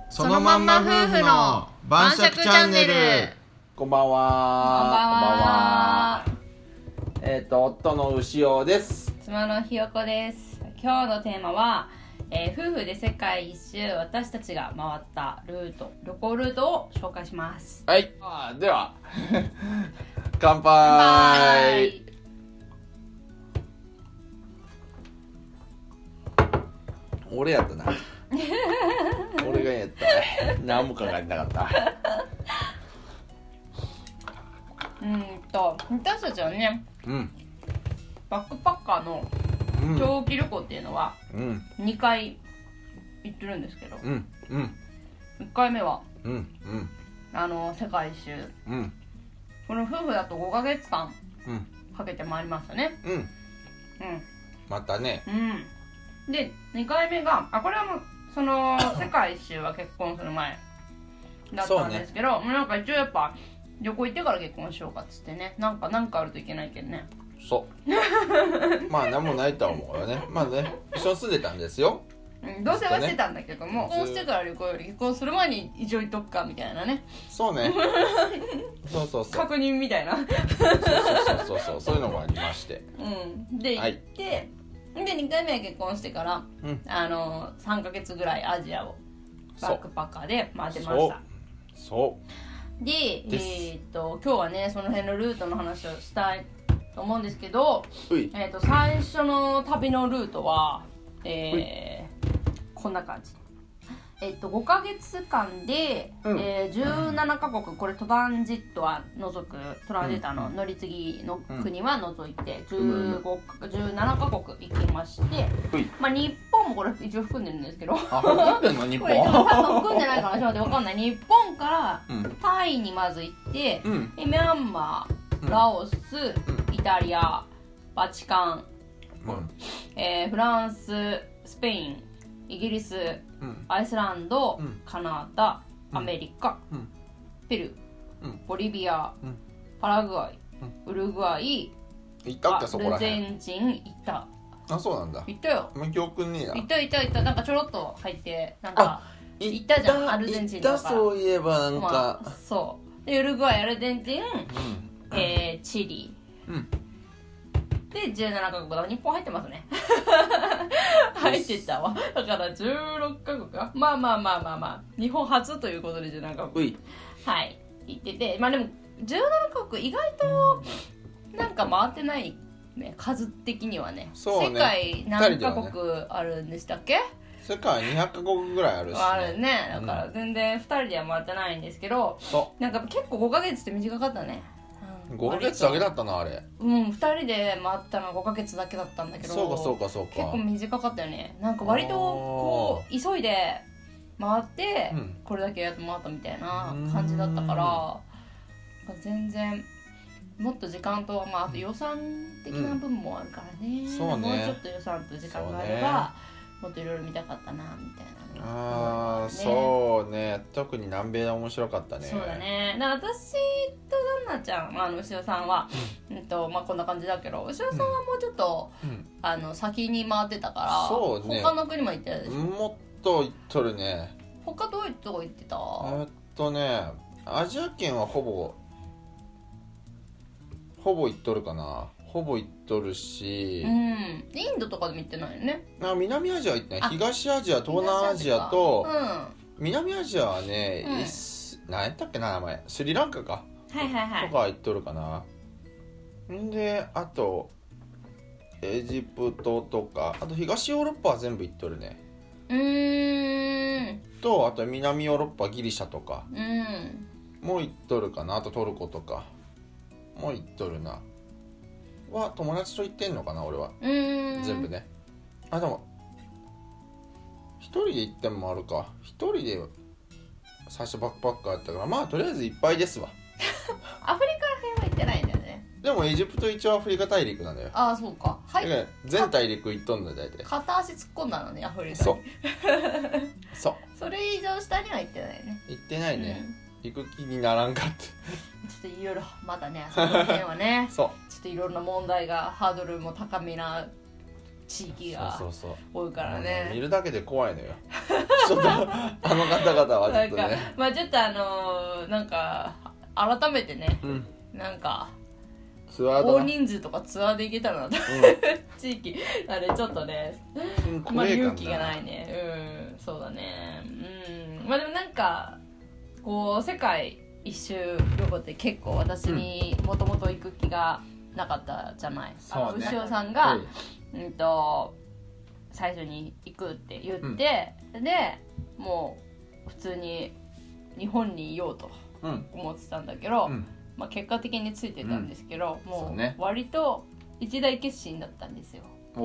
そのまんま夫婦の晩酌チャンネル。 こんばんは。夫の牛尾です。 妻のひよこです。今日のテーマは、夫婦で世界一周私たちが回った旅行ルートを紹介します。 はい。では乾杯。俺やったな。俺がやった。何も考えてなかった。 私たちはね、バックパッカーの長期旅行っていうのは2回行ってるんですけど、1回目は、世界一周、この夫婦だと5ヶ月間かけて回りましたね。 またね。 で2回目がこれはもうその世界一周は結婚する前だったんですけど、なんか一応やっぱ旅行行ってから結婚しようかっつってね、なんかあるといけないけどね。 そうまあ何もないとは思うよね。まあね、一緒に住んでたんですよ。 同棲はしてたんだけども、結婚してから旅行より結婚する前に一応行っとくかみたいなね。 そうねそう確認みたいなそういうのもありまして、 で行って、で2回目は結婚してから、3ヶ月ぐらいアジアをバックパッカーで回ってました。で今日はねその辺のルートの話をしたいと思うんですけど、最初の旅のルートは、こんな感じ。5ヶ月間で、17カ国、これトランジットは除く、トランジットの乗り継ぎの国は除いて17カ国行きまして、日本もこれ一応含んでるんですけど、 含んでんの日本これ多分含んでないかな、ちょっと待って分かんない。日本からタイにまず行って、ミャンマー、ラオス、イタリア、バチカン、フランス、スペイン、イギリス、アイスランド、カナダ、アメリカ、ペルー、ボリビア、パラグアイ、ウルグアイ、 行ったそこらアルゼンチン行った。 あ、そうなんだ。 行ったよ。 記憶ねえや。 行ったなんかちょろっと入ってなんか行ったじゃん、アルゼンチンとか。 そういえばなんか、 そうでウルグアイ、アルゼンチン、チリ、で17カ国だ。日本入ってますね入ってたわ。だから16カ国か。まあ日本初ということで17カ国はい行ってて、でも17カ国意外となんか回ってないね、数的にはね。世界何カ国あるんでしたっけ？ 世界200カ国ぐらいあるしね。 あるね。だから全然2人では回ってないんですけど、なんか結構5ヶ月って短かったね。 5ヶ月だけだったなあれ。 2人で回ったのは5ヶ月だけだったんだけど、 そうか結構短かったよね。なんか割とこう急いで回って、これだけやっと回ったみたいな感じだったから、全然もっと時間と、あと予算的な部分もあるからね、もうちょっと予算と時間があれば、もっといろいろ見たかったなみたいな。 そうね、特に南米は面白かったね。 そうだね。だから私と旦那ちゃん、牛尾さんは、こんな感じだけど、牛尾さんはもうちょっと、先に回ってたから、他の国も行ってるでしょ。 もっと行っとるね。 他どういうとこ行ってた？ アジア圏はほぼ行っとるかな。ほぼ行っとるし、 インドとかでも行ってないよね。 南アジア行ってない。東アジア、東南アジアと、南アジアはね、何やったっけな名前、スリランカか、とか行っとるかな。んであとエジプトとか、あと東ヨーロッパは全部行っとるね。とあと南ヨーロッパ、ギリシャとかも行っとるかな。あとトルコとかも行っとるな。は友達と行ってんのかな俺は。全部ね。でも一人で行ってもあるか。一人で最初バックパッカーやったから、とりあえずいっぱいですわアフリカら辺は行ってないんだよね。 でもエジプト一応アフリカ大陸なんだよ。 そうか。 全大陸行っとんだよ大体。 片足突っ込んだのね、アフリカに。 そうそれ以上下には行ってないね。 行ってないね。行く気にならんかって。 ちょっといろいろまだね、その辺はねちょっといろんな問題が、ハードルも高めな地域が多いからね。 見るだけで怖いのよちょっとあの方々はちょっとねまあちょっとなんか改めてね、なんかツアー大人数とかツアーで行けたらなと、地域あれちょっとね、まあ勇気がないね。そうだね。まあでもなんかこう世界一周旅行って結構私にもともと行く気がなかったじゃない。牛尾さんが、最初に行くって言って、でもう普通に日本にいようと思ってたんだけど、まあ、結果的についてたんですけど、もう割と一大決心だったんですよ。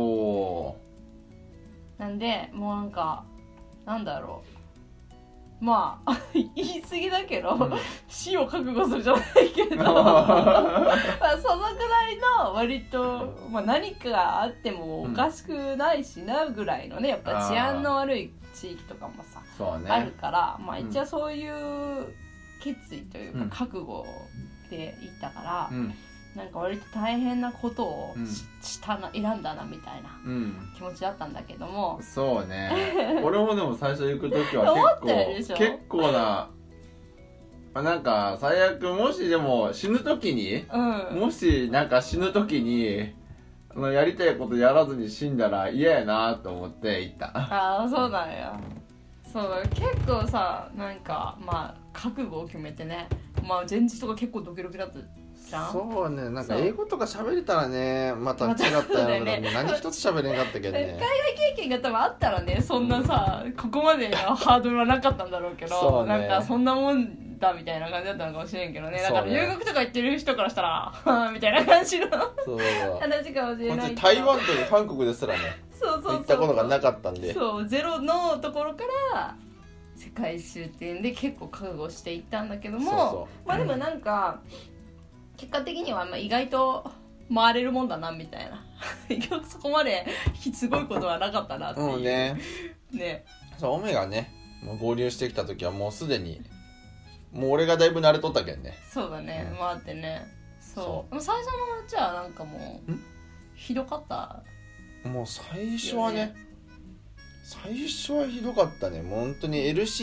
なんでもうなんだろう、まあ言い過ぎだけど、死を覚悟するじゃないけどまあそのぐらいの割と、まあ、何かがあってもおかしくないしなぐらいのね、やっぱ治安の悪い地域とかもさ、あるから、まあ一応そういう決意というか覚悟で行ったから、なんか割と大変なことを選んだなみたいな気持ちだったんだけども、 そうね俺もでも最初行く時は結構な、なんか最悪もしでも死ぬ時に、もしなんか死ぬ時にやりたいことやらずに死んだら嫌やなと思って行った。 ああそうなんや。そう結構さ、なんかまあ覚悟を決めてね、まあ前日とか結構ドキドキだったじゃん。 そうね、なんか英語とか喋れたらねまた違ったよね。何一つ喋れんかったけどね。 海外経験が多分あったらね、そんなさ、ここまでのハードルはなかったんだろうけど、なんかそんなもんだみたいな感じだったのかもしれんけどね。だから留学とか行ってる人からしたらみたいな感じの話かもしれないけど、 台湾とか韓国ですらね行ったことがなかったんで、 そうゼロのところから世界一周っていうんで結構覚悟していったんだけども、まあでもなんか結果的にはまあ意外と回れるもんだなみたいなそこまですごいことはなかったなっていうね。 そうオメがねもう合流してきた時はもうすでにもう俺がだいぶ慣れとったけんね。 そうだね、回ってね。そう最初のうちはなんかもうひどかった。 もう最初はね、最初はひどかったね。もう本当に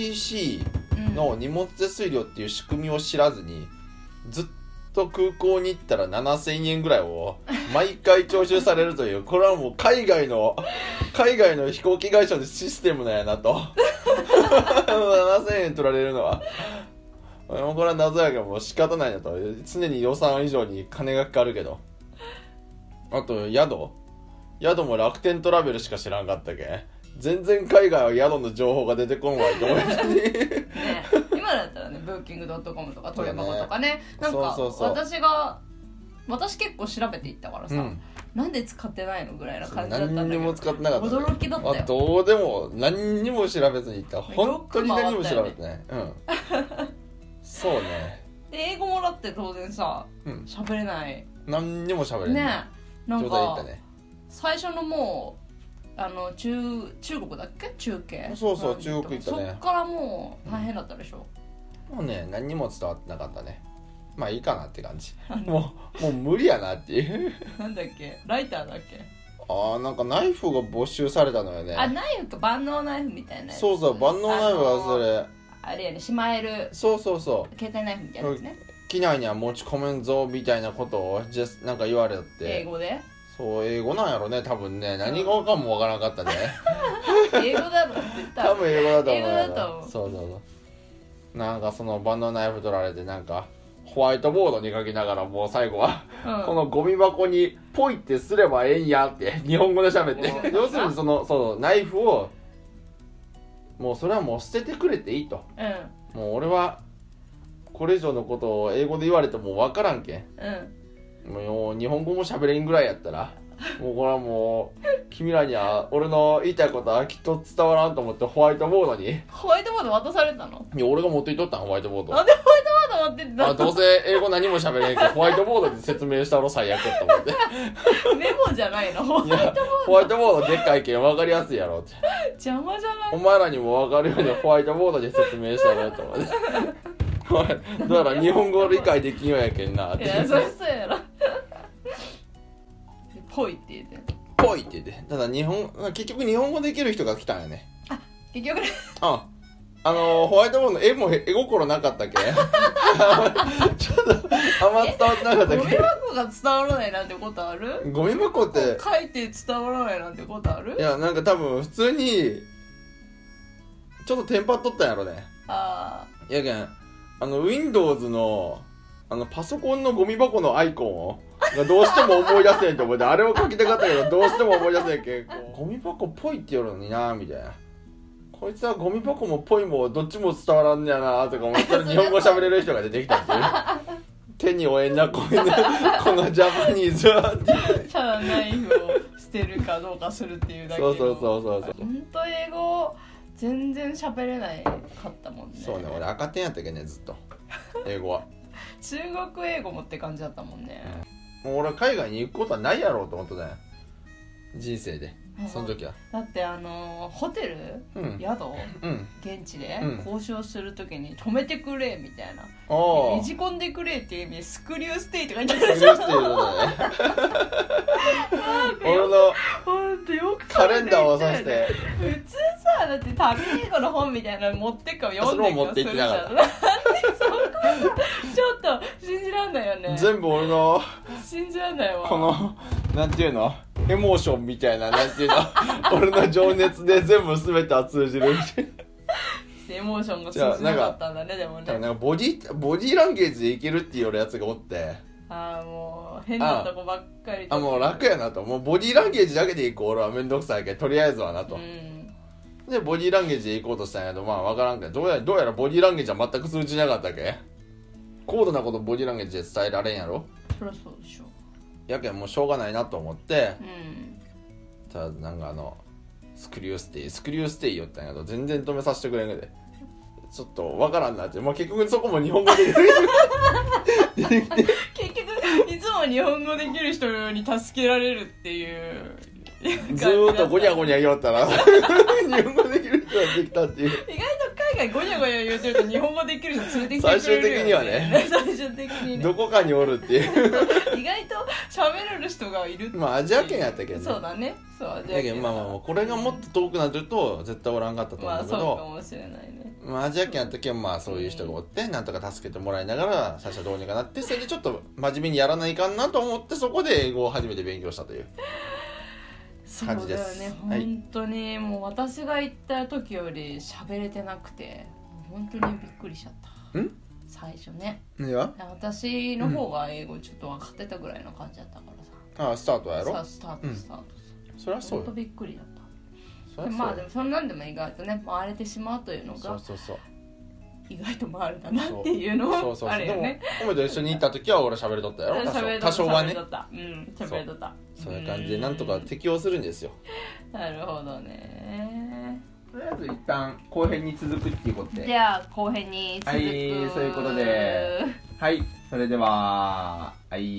LCC の荷物手数料っていう仕組みを知らずに、ずっと空港に行ったら7000円ぐらいを毎回徴収されるというこれはもう海外の飛行機会社のシステムなんやなと7000円取られるのはこれは謎やけどもう仕方ないなと。常に予算以上に金がかかるけど、あと宿も楽天トラベルしか知らんかったけん全然海外は宿の情報が出てこんわいと思いますね今だったらねブーキング.com とかトレバコとかね、なんか私結構調べていったからさ、なんで使ってないのぐらいな感じだったんだけど、 何にも使ってなかった、 驚きだったよ。 どうでも何にも調べずに行った。本当に何も調べてない。そうね。 で英語もだって当然さ喋れない。 何にも喋れないね。なんか最初のもう中国だっけ、中継。 そう中国行ったね。 そっからもう大変だったでしょ。 もうね何にも伝わってなかったね。まあいいかなって感じ。もう無理やなっていうなんだっけ、ライターだっけ。 なんかナイフが没収されたのよね。 ナイフか万能ナイフみたいなやつ。 そう万能ナイフはそれあれやね、しまえる。 そう携帯ナイフみたいなやつね。 機内には持ち込めんぞみたいなことをなんか言われて、 英語で。 そう英語なんやろね多分ね。何語かもわからなかったね英語だろって言った多分英語だと思う。 英語だと思う。 そうなんかその万能ナイフ取られて、なんかホワイトボードに書きながらもう最後は、このゴミ箱にポイってすればええんやって日本語で喋って要するにそのナイフをもうそれはもう捨ててくれていいと、もう俺はこれ以上のことを英語で言われても分からんけん、もう日本語も喋れんぐらいやったらもうこれはもう君らには俺の言いたいことはきっと伝わらんと思ってホワイトボードに。 ホワイトボード渡されたの？ いや俺が持っていっとったんホワイトボード。 なんでホワイトボード持ってったの？ どうせ英語何も喋れんけどホワイトボードで説明したろ最悪と思ってメモじゃないの？ホワイトボード。 ホワイトボードでっかいけん分かりやすいやろって。 邪魔じゃない？ お前らにも分かるようにホワイトボードで説明したろと思ってだから日本語理解できんようやけんなって。 いやそうやろポイって言ってポイって言って。ただ結局日本語できる人が来たんやね。 結局ねホワイトボードの絵も絵心なかったっけちょっとあんま伝わってなかったっけ。 ゴミ箱が伝わらないなんてことある？ ゴミ箱って書いて伝わらないなんてことある？ いやなんか多分普通にちょっとテンパっとったんやろね。やけんWindows のパソコンのゴミ箱のアイコンをがどうしても思い出せんと思ってあれを書きたかったけどどうしても思い出せんけんゴミ箱っぽいって言うのになみたいな。こいつはゴミ箱もぽいもどっちも伝わらんねやなとか思ったら日本語喋れる人が出てきたっていう手に負えんなこのジャパニーズはってただナイフを捨てるかどうかするっていうだけのそう本当英語全然喋れないかったもんね。 そうね俺赤点やったけどねずっと英語は中国英語もって感じだったもんね、 もう俺は海外に行くことはないやろうと思ってたんや人生で。その時はだってホテル、宿、現地で交渉するときに止めてくれみたいな、ねじ込んでくれっていう意味でスクリューステイとか言ってるじゃん。スクリューステイだね俺のカレンダーをさして普通さだって旅英語の本みたいなの持ってくか読んでくかするじゃん。なんでそこちょっと信じらんないよね。 全部俺の信じらんないわ。 このなんていうのエモーションみたいななんていうの俺の情熱で全部全ては通じるみたいなエモーションが通じなかったんだね。でもねなんかボディランゲージでいけるっていうやつがおってもう変なとこばっかりもう楽やなともうボディランゲージだけでいこう俺はめんどくさいけどとりあえずはなと、でボディランゲージでいこうとしたんやけどまあ分からんけどどうやらボディランゲージは全く通じなかったっけ。高度なことボディランゲージで伝えられんやろ。 そりゃそうでしょ。 やけんもうしょうがないなと思って、ただなんかスクリューステイ言ったんやけど全然止めさせてくれんけでちょっとわからんなって、まあ、結局そこも日本語で結局いつも日本語できる人に助けられるっていうずーっとゴニャゴニャ言おったら日本語できる人ができたっていう。 意外と海外ゴニャゴニャ言うてると日本語できる人連れてきてくれるよ、ね、 最終的にはね最終的にねどこかにおるっていう意外と喋れる人がいるってまあアジア圏やったけどね。 そうだねそうアジア圏だけどまあこれがもっと遠くなると絶対おらんかったと思うけど、 まあそうかもしれないね。 まあアジア圏やった時はまあそういう人がおってなんとか助けてもらいながら最初はどうにかなってそれでちょっと真面目にやらないかんなと思ってそこで英語を初めて勉強したという感じです。 そうだよね、本当にもう私が行った時より喋れてなくて本当にびっくりしちゃった。最初ね。 いや私の方が英語ちょっと分かってたぐらいの感じだったからさ。 スタートやろ。 スタート。 そりゃそうよ。 本当びっくりだった。まあでもそんなんでも意外とね回れてしまうというのがそう意外と回るだなっていうのもあるよね。 でもお前と一緒に行った時は俺喋れとったやろ。多少はね。 喋れとった。 そういう感じでなんとか適応するんですよ。 なるほどね。 とりあえず一旦後編に続くっていうことで。 じゃあ後編に続く。 はい、そういうことで。はい、それでははい。